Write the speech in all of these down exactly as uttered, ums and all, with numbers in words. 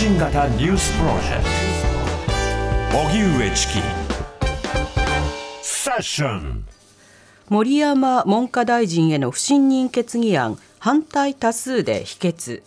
信型ニュースプロジェクト荻上チキセッション。 森山文科大臣への不信任決議案反対多数で否決。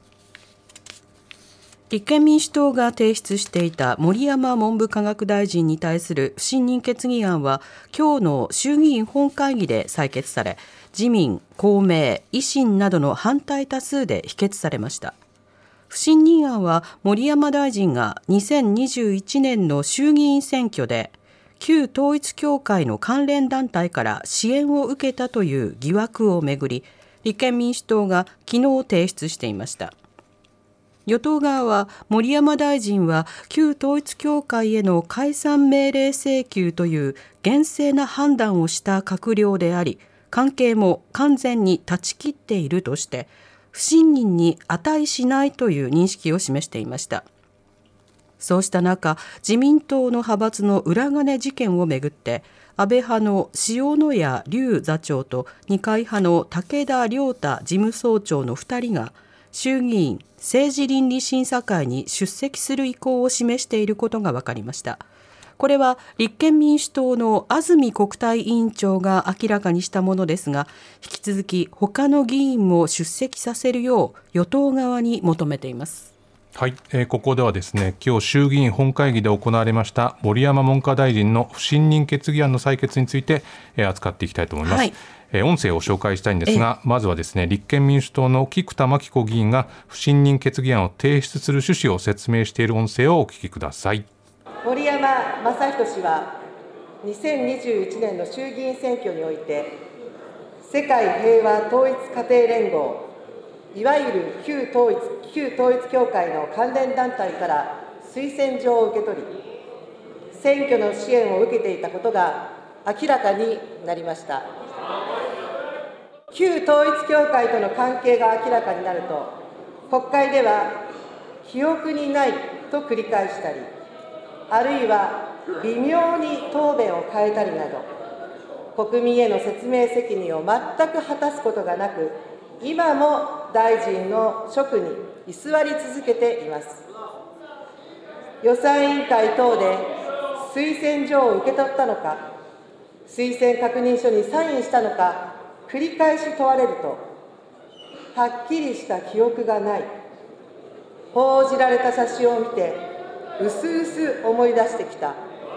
立憲民主党が提出していた森山文部科学大臣に対する不信任決議案は今日の衆議院本会議で採決され、自民、公明、維新などの反対多数で否決されました。不信任案は森山大臣がにせんにじゅういちねんの衆議院選挙で旧統一教会の関連団体から支援を受けたという疑惑をめぐり、立憲民主党が昨日提出していました。与党側は森山大臣は旧統一教会への解散命令請求という厳正な判断をした閣僚であり、関係も完全に断ち切っているとして不信任に値しないという認識を示していました。そうした中、自民党の派閥の裏金事件をめぐって安倍派の塩谷隆座長と二階派の武田良太事務総長のふたりが衆議院政治倫理審査会に出席する意向を示していることが分かりました。これは立憲民主党の安住国対委員長が明らかにしたものですが、引き続き他の議員も出席させるよう与党側に求めています。 はい、えー、ここではですね、今日衆議院本会議で行われました森山文科大臣の不信任決議案の採決について、えー、扱っていきたいと思います。はい、えー、音声を紹介したいんですが、まずはですね、立憲民主党の菊田真紀子議員が不信任決議案を提出する趣旨を説明している音声をお聞きください。 森山正人氏はにせんにじゅういちねんの衆議院選挙において、世界平和統一家庭連合、いわゆる旧統一、旧統一教会の関連団体から推薦状を受け取り、選挙の支援を受けていたことが明らかになりました。旧統一教会との関係が明らかになると、国会では記憶にないと繰り返したり、あるいは微妙に答弁を変えたりなど、国民への説明責任を全く果たすことがなく、今も大臣の職に居座り続けています。予算委員会等で推薦状を受け取ったのか、推薦確認書にサインしたのか、繰り返し問われると、はっきりした記憶がない、報じられた写真を見て、うすうす思い出してきた、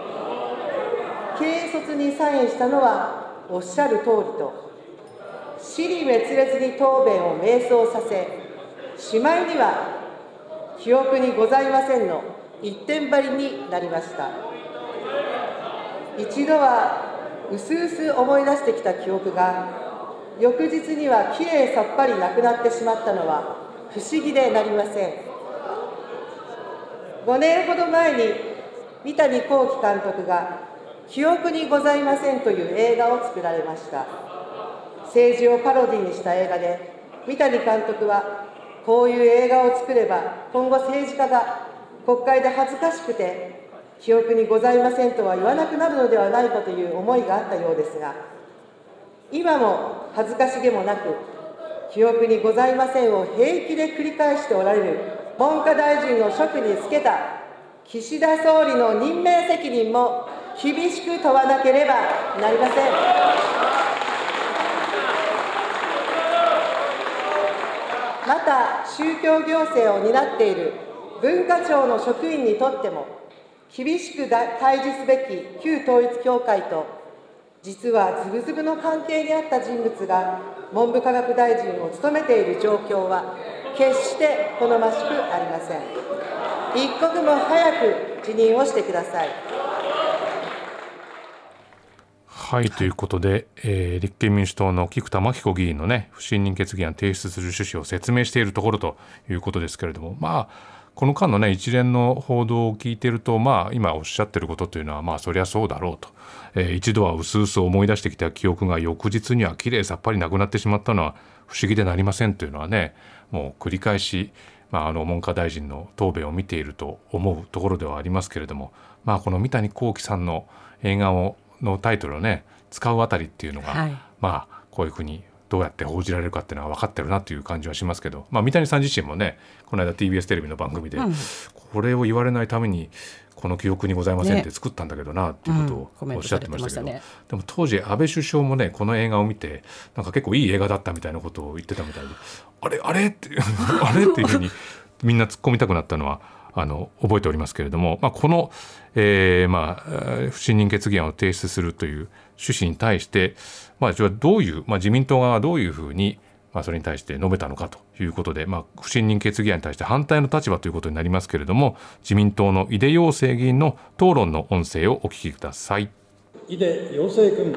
軽率にサインしたのはおっしゃる通りと、支離滅裂に答弁を迷走させ、しまいには記憶にございませんの一点張りになりました。一度はうすうす思い出してきた記憶が、翌日にはきれいさっぱりなくなってしまったのは不思議でなりません。ごねんほど前に三谷幸喜監督が記憶にございませんという映画を作られました。政治をパロディにした映画で、三谷監督はこういう映画を作れば今後政治家が国会で恥ずかしくて記憶にございませんとは言わなくなるのではないかという思いがあったようですが、今も恥ずかしげもなく記憶にございませんを平気で繰り返しておられる文科大臣の職に就けた岸田総理の任命責任も厳しく問わなければなりません。また、宗教行政を担っている文化庁の職員にとっても、厳しく対峙すべき旧統一教会と、実はズブズブの関係にあった人物が文部科学大臣を務めている状況は、決して好ましくありません。一刻も早く辞任をしてください。 はい、ということで、えー、立憲民主党の菊田真紀子議員のね、不信任決議案提出する趣旨を説明しているところということですけれども、まあこの間のね一連の報道を聞いていると、まあ今おっしゃってることというのはまあそりゃそうだろうと、えー、一度はうすうす思い出してきた記憶が翌日にはきれいさっぱりなくなってしまったのは不思議でなりませんというのはね、もう繰り返し、まあ、あの文科大臣の答弁を見ていると思うところではありますけれども、まあこの三谷幸喜さんの映画をのタイトルをね使うあたりっていうのが、はい、まあこういうふうにどうやって報じられるかっていうのは分かってるなという感じはしますけど、まあ、三谷さん自身もねこの間 ティービーエス テレビの番組で、うん、これを言われないためにこの記憶にございませんって作ったんだけどなっていうことをおっしゃってましたけど、ねうんね、でも当時安倍首相もねこの映画を見てなんか結構いい映画だったみたいなことを言ってたみたいであれあれってあれっていうふうにみんな突っ込みたくなったのはあの覚えておりますけれども、まあ、この、えーまあ、不信任決議案を提出するという趣旨に対して、まあ、どういう、まあ、自民党側はどういうふうにまあ、それに対して述べたのかということで、まあ、不信任決議案に対して反対の立場ということになりますけれども、自民党の井出庸生議員の討論の音声をお聞きください。 井出庸生君。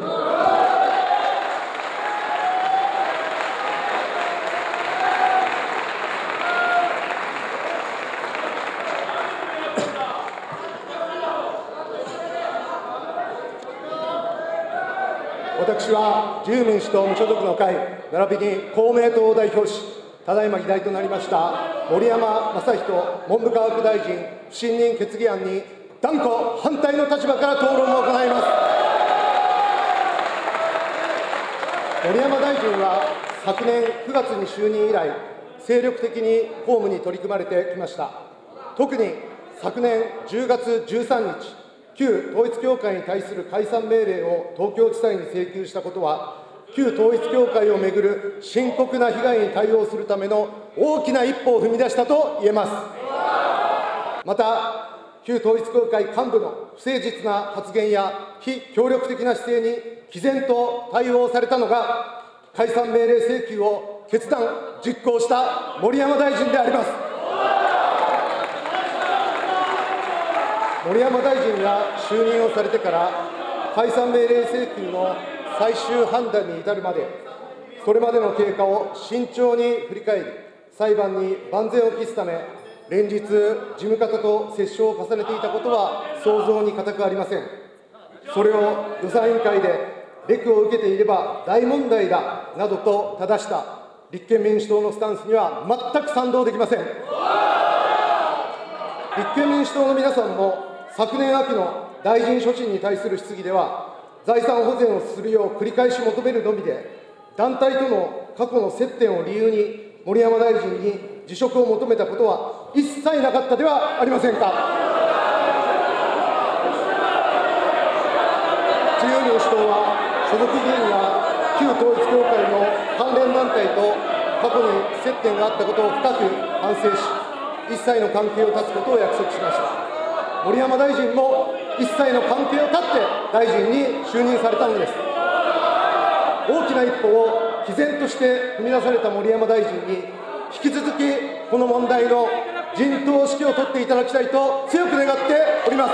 私は自由民主党無所属の会並びに公明党を代表し、ただいま議題となりました森山正人文部科学大臣不信任決議案に断固反対の立場から討論を行います。森山大臣は昨年くがつに就任以来、精力的に公務に取り組まれてきました。特に昨年じゅうがつじゅうさんにち、旧統一教会に対する解散命令を東京地裁に請求したことは、旧統一教会をめぐる深刻な被害に対応するための大きな一歩を踏み出したと言えます。また、旧統一教会幹部の不誠実な発言や非協力的な姿勢に毅然と対応されたのが、解散命令請求を決断、実行した森山大臣であります。森山大臣が就任をされてから、解散命令請求の最終判断に至るまで、それまでの経過を慎重に振り返り、裁判に万全を期すため、連日、事務方と折衝を重ねていたことは想像に難くありません。それを予算委員会で、レクを受けていれば大問題だなどと正した立憲民主党のスタンスには全く賛同できません。立憲民主党の皆さんも、昨年秋の大臣所信に対する質疑では、財産保全をするよう繰り返し求めるのみで、団体との過去の接点を理由に、森山大臣に辞職を求めたことは一切なかったではありませんか。自由民主党は、所属議員が旧統一教会の関連団体と過去に接点があったことを深く反省し、一切の関係を断つことを約束しました。森山大臣も一切の関係を断って大臣に就任されたのです。大きな一歩を毅然として踏み出された森山大臣に、引き続きこの問題の陣頭指揮を取っていただきたいと強く願っております。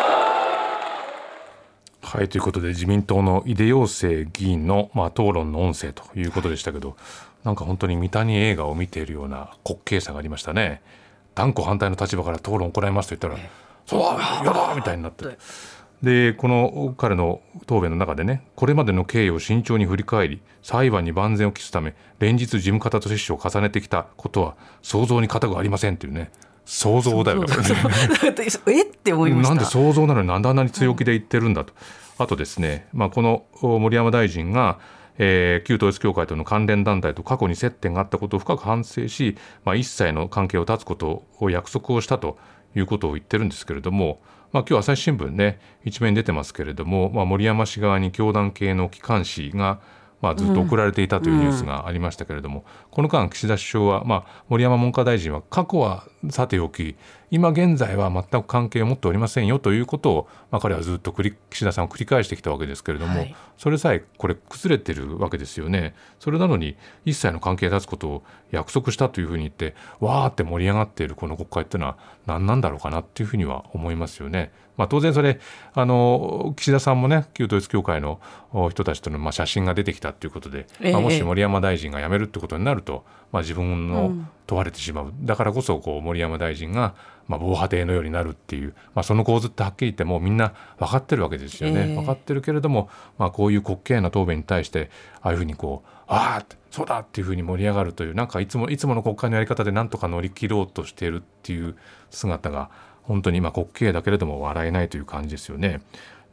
はい、ということで自民党の井出庸生議員の、まあ、討論の音声ということでしたけど、なんか本当に三谷映画を見ているような滑稽さがありましたね。断固反対の立場から討論を行いますと言ったら、そうだやだみたいになって、でこの彼の答弁の中でね、これまでの経緯を慎重に振り返り、裁判に万全を期すため連日事務方と折衝を重ねてきたことは想像に難くありませんっていうね。想像だよねえって思いました。 なんで想像なのになんであんなに強気で言ってるんだと、うん、あとですね、まあ、この森山大臣が、えー、旧統一教会との関連団体と過去に接点があったことを深く反省し、まあ、一切の関係を断つことを約束をしたということを言ってるんですけれども、まあ、今日朝日新聞ね一面に出てますけれども、まあ、森山氏側に教団系の機関紙がまあずっと送られていたというニュースがありましたけれども、うんうん、この間岸田首相は、まあ、森山文科大臣は過去はさておき今現在は全く関係を持っておりませんよということを、まあ、彼はずっと繰り岸田さんを繰り返してきたわけですけれども、はい、それさえこれ崩れてるわけですよね。それなのに一切の関係を断つことを約束したというふうに言ってわーって盛り上がっているこの国会っていうのは何なんだろうかなっていうふうには思いますよね。まあ、当然それあの岸田さんもね旧統一教会の人たちとのまあ写真が出てきたということで、ええまあ、もし森山大臣が辞めるってことになると、まあ、自分の問われてしまう、うん、だからこそこう森山大臣がまあ防波堤のようになるっていう、まあ、その構図ってはっきり言ってもうみんな分かってるわけですよね、えー、分かってるけれども、まあ、こういう滑稽な答弁に対してああいうふうにこうああそうだっていうふうに盛り上がるという、なんかいつもいつもの国会のやり方でなんとか乗り切ろうとしているっていう姿が本当に今滑稽だけれども笑えないという感じですよね。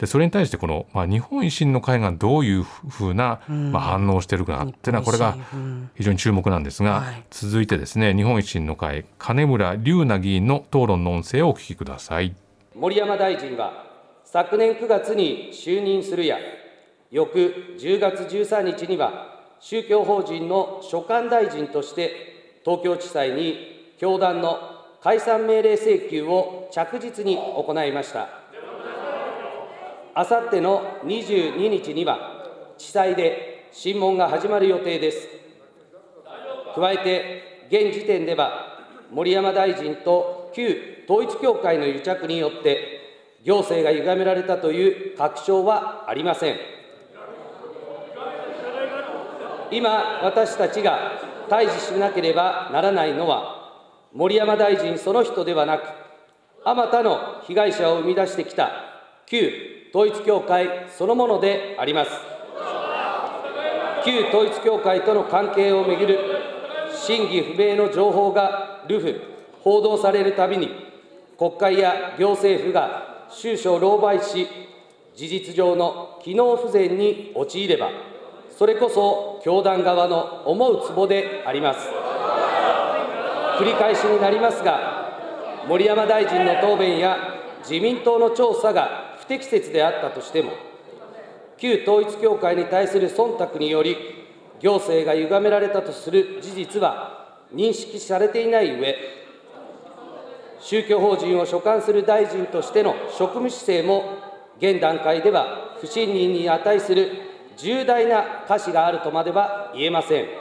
でそれに対してこの、まあ、日本維新の会がどういうふうな、まあ、反応をしているかっていうのはこれが非常に注目なんですが、はい、続いてですね、日本維新の会金村龍那議員の討論の音声をお聞きください。 森山大臣は昨年くがつに就任するや、翌じゅうがつじゅうさんにちには宗教法人の所管大臣として東京地裁に教団の解散命令請求を着実に行いました。あさってのにじゅうににちには地裁で審問が始まる予定です。加えて現時点では森山大臣と旧統一教会の癒着によって行政が歪められたという確証はありません。今、私たちが対峙しなければならないのは、森山大臣その人ではなく、あまたの被害者を生み出してきた旧統一教会そのものであります。旧統一教会との関係をめぐる真偽不明の情報が流布、報道されるたびに、国会や行政府が収支を狼狽し、事実上の機能不全に陥れば、それこそ教団側の思うツボであります。繰り返しになりますが、森山大臣の答弁や自民党の調査が不適切であったとしても、旧統一教会に対する忖度により、行政が歪められたとする事実は認識されていない上、宗教法人を所管する大臣としての職務姿勢も、現段階では不信任に値する重大な瑕疵があるとまでは言えません。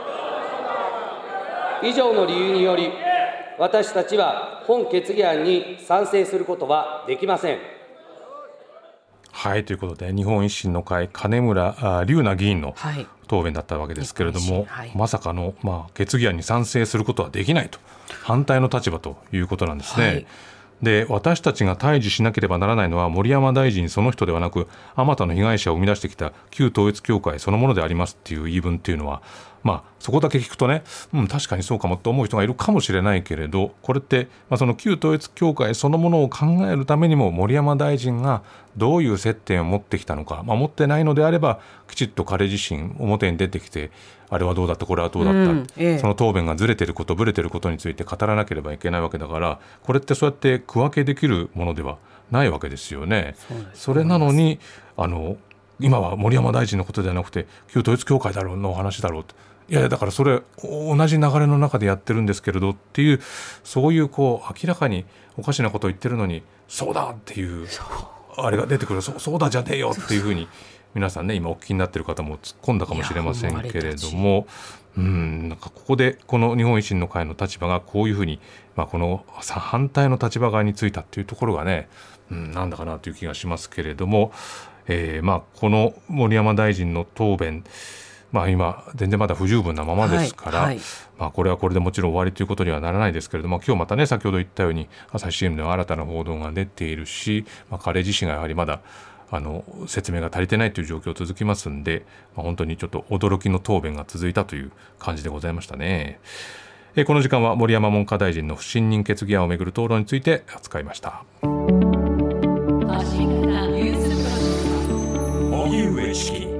以上の理由により、私たちは本決議案に賛成することはできません。 はい、ということで日本維新の会金村龍那議員の答弁だったわけですけれども、はい、まさかの、まあ、決議案に賛成することはできないと、反対の立場ということなんですね。はい、で私たちが対峙しなければならないのは森山大臣その人ではなく、あまたの被害者を生み出してきた旧統一教会そのものでありますっていう言い分っていうのは、まあ、そこだけ聞くとね、うん、確かにそうかもと思う人がいるかもしれないけれど、これって、まあ、その旧統一教会そのものを考えるためにも森山大臣がどういう接点を持ってきたのか、まあ、持ってないのであればきちっと彼自身表に出てきて、あれはどうだったこれはどうだった、うんええ、その答弁がずれてることぶれてることについて語らなければいけないわけだから、これってそうやって区分けできるものではないわけですよね。 そ, それなのにあの今は森山大臣のことではなくて旧統一教会だろうの話だろうと、いやだからそれ同じ流れの中でやってるんですけれどっていう、そういうこう明らかにおかしなことを言ってるのにそうだっていうあれが出てくる、 そ, そうだじゃねえよっていうふうに皆さんね今お聞きになっている方も突っ込んだかもしれませんけれども、うんなんかここでこの日本維新の会の立場がこういうふうに、まあ、この反対の立場側についたっていうところがね、うん、なんだかなという気がしますけれども、えーまあ、この森山大臣の答弁、まあ、今全然まだ不十分なままですから、はいはいまあ、これはこれでもちろん終わりということにはならないですけれども、今日またね先ほど言ったように朝日新聞では新たな報道が出ているし、まあ、彼自身がやはりまだあの説明が足りてないという状況続きますんで、まあ、本当にちょっと驚きの答弁が続いたという感じでございましたね。えこの時間は森山文科大臣の不信任決議案をめぐる討論について扱いました。 荻上チキ